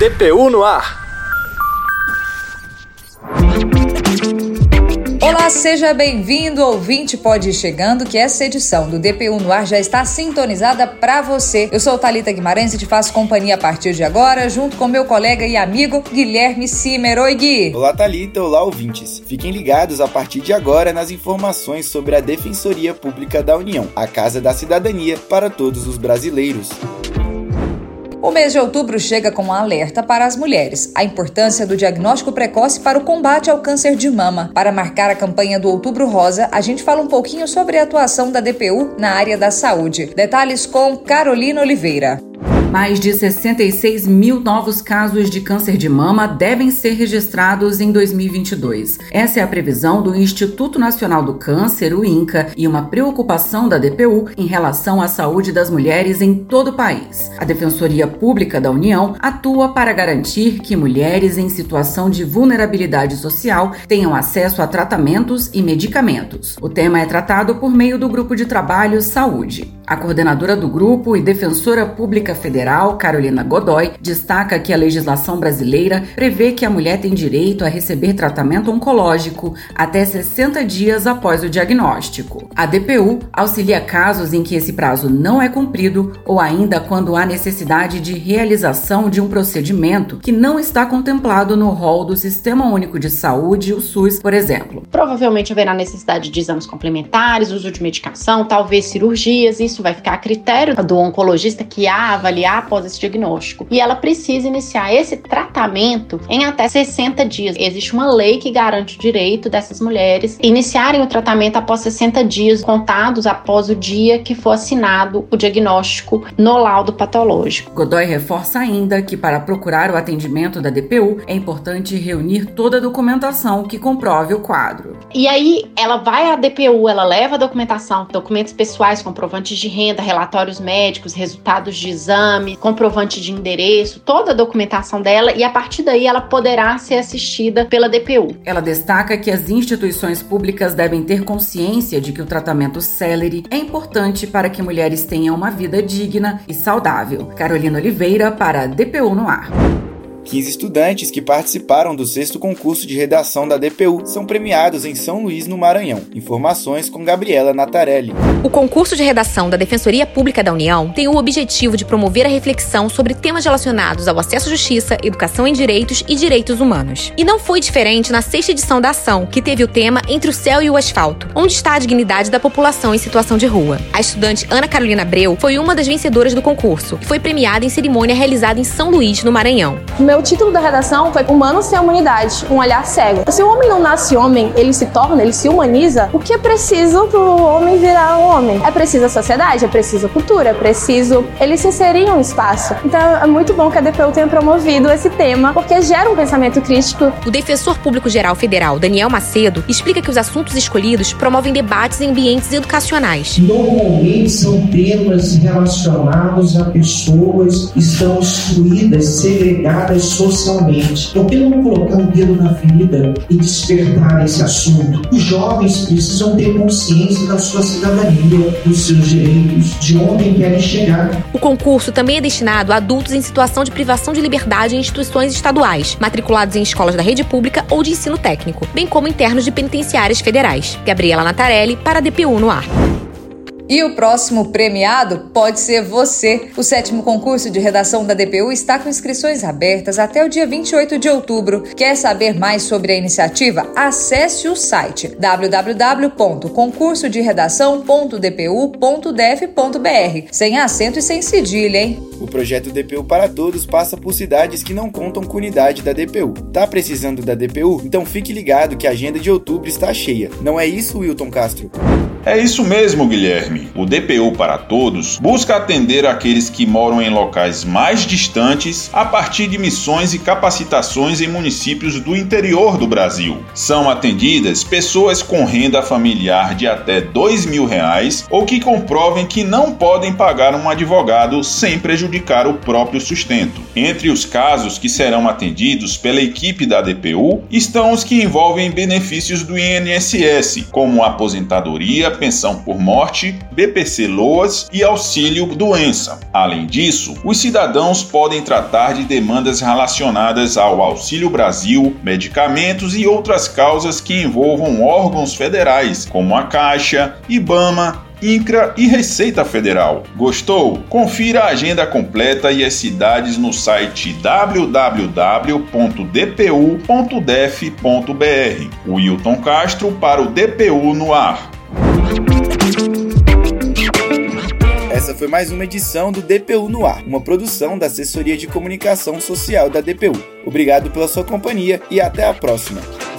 DPU no ar. Olá, seja bem-vindo, ouvinte, pode ir chegando que essa edição do DPU no ar já está sintonizada para você. Eu sou Thalita Guimarães e te faço companhia a partir de agora, junto com meu colega e amigo Guilherme Simer. Oi, Gui! Olá, Thalita, olá, ouvintes. Fiquem ligados a partir de agora nas informações sobre a Defensoria Pública da União, a Casa da Cidadania para todos os brasileiros. O mês de outubro chega com um alerta para as mulheres, a importância do diagnóstico precoce para o combate ao câncer de mama. Para marcar a campanha do Outubro Rosa, a gente fala um pouquinho sobre a atuação da DPU na área da saúde. Detalhes com Carolina Oliveira. Mais de 66 mil novos casos de câncer de mama devem ser registrados em 2022. Essa é a previsão do Instituto Nacional do Câncer, o INCA, e uma preocupação da DPU em relação à saúde das mulheres em todo o país. A Defensoria Pública da União atua para garantir que mulheres em situação de vulnerabilidade social tenham acesso a tratamentos e medicamentos. O tema é tratado por meio do Grupo de Trabalho Saúde. A coordenadora do grupo e defensora pública federal, Carolina Godoy, destaca que a legislação brasileira prevê que a mulher tem direito a receber tratamento oncológico até 60 dias após o diagnóstico. A DPU auxilia casos em que esse prazo não é cumprido ou ainda quando há necessidade de realização de um procedimento que não está contemplado no rol do Sistema Único de Saúde, o SUS, por exemplo. Provavelmente haverá necessidade de exames complementares, uso de medicação, talvez cirurgias. Isso vai ficar a critério do oncologista que a avaliar após esse diagnóstico. E ela precisa iniciar esse tratamento em até 60 dias. Existe uma lei que garante o direito dessas mulheres iniciarem o tratamento após 60 dias, contados após o dia que for assinado o diagnóstico no laudo patológico. Godoy reforça ainda que para procurar o atendimento da DPU é importante reunir toda a documentação que comprove o quadro. E aí ela vai à DPU, ela leva a documentação, documentos pessoais, comprovantes de renda, relatórios médicos, resultados de exame, comprovante de endereço, toda a documentação dela, e a partir daí ela poderá ser assistida pela DPU. Ela destaca que as instituições públicas devem ter consciência de que o tratamento célere é importante para que mulheres tenham uma vida digna e saudável. Carolina Oliveira para a DPU no ar. 15 estudantes que participaram do 6º concurso de redação da DPU são premiados em São Luís, no Maranhão. Informações com Gabriela Natarelli. O concurso de redação da Defensoria Pública da União tem o objetivo de promover a reflexão sobre temas relacionados ao acesso à justiça, educação em direitos e direitos humanos. E não foi diferente na 6ª edição da ação, que teve o tema Entre o Céu e o Asfalto, onde está a dignidade da população em situação de rua. A estudante Ana Carolina Abreu foi uma das vencedoras do concurso e foi premiada em cerimônia realizada em São Luís, no Maranhão. Meu título da redação foi Humano Sem Humanidade, um olhar cego. Se o homem não nasce homem, ele se humaniza, o que é preciso para o homem virar um homem? É preciso a sociedade, é preciso a cultura, é preciso ele se inserir em um espaço. Então é muito bom que a DPU tenha promovido esse tema, porque gera um pensamento crítico. O defensor público-geral federal, Daniel Macedo, explica que os assuntos escolhidos promovem debates em ambientes educacionais. Normalmente são temas relacionados a pessoas que estão excluídas, segregadas socialmente. Por que não colocar o dedo na ferida e despertar esse assunto? Os jovens precisam ter consciência da sua cidadania, dos seus direitos, de onde querem chegar. O concurso também é destinado a adultos em situação de privação de liberdade em instituições estaduais, matriculados em escolas da rede pública ou de ensino técnico, bem como internos de penitenciárias federais. Gabriela Natarelli para a DPU no ar. E o próximo premiado pode ser você. O 7º concurso de redação da DPU está com inscrições abertas até o dia 28 de outubro. Quer saber mais sobre a iniciativa? Acesse o site www.concursoderedação.dpu.def.br, sem acento e sem cedilha, hein? O projeto DPU para Todos passa por cidades que não contam com unidade da DPU. Tá precisando da DPU? Então fique ligado que a agenda de outubro está cheia. Não é isso, Wilton Castro? É isso mesmo, Guilherme. O DPU para Todos busca atender aqueles que moram em locais mais distantes a partir de missões e capacitações em municípios do interior do Brasil. São atendidas pessoas com renda familiar de até R$2.000 ou que comprovem que não podem pagar um advogado sem prejudicar o próprio sustento. Entre os casos que serão atendidos pela equipe da DPU estão os que envolvem benefícios do INSS, como aposentadoria, pensão por morte BPC-Loas e auxílio-doença. Além disso, os cidadãos podem tratar de demandas relacionadas ao Auxílio Brasil, medicamentos e outras causas que envolvam órgãos federais, como a Caixa, IBAMA, INCRA e Receita Federal. Gostou? Confira a agenda completa e as cidades no site www.dpu.def.br. Wilton Castro para o DPU no ar. Essa foi mais uma edição do DPU no ar, uma produção da Assessoria de Comunicação Social da DPU. Obrigado pela sua companhia e até a próxima.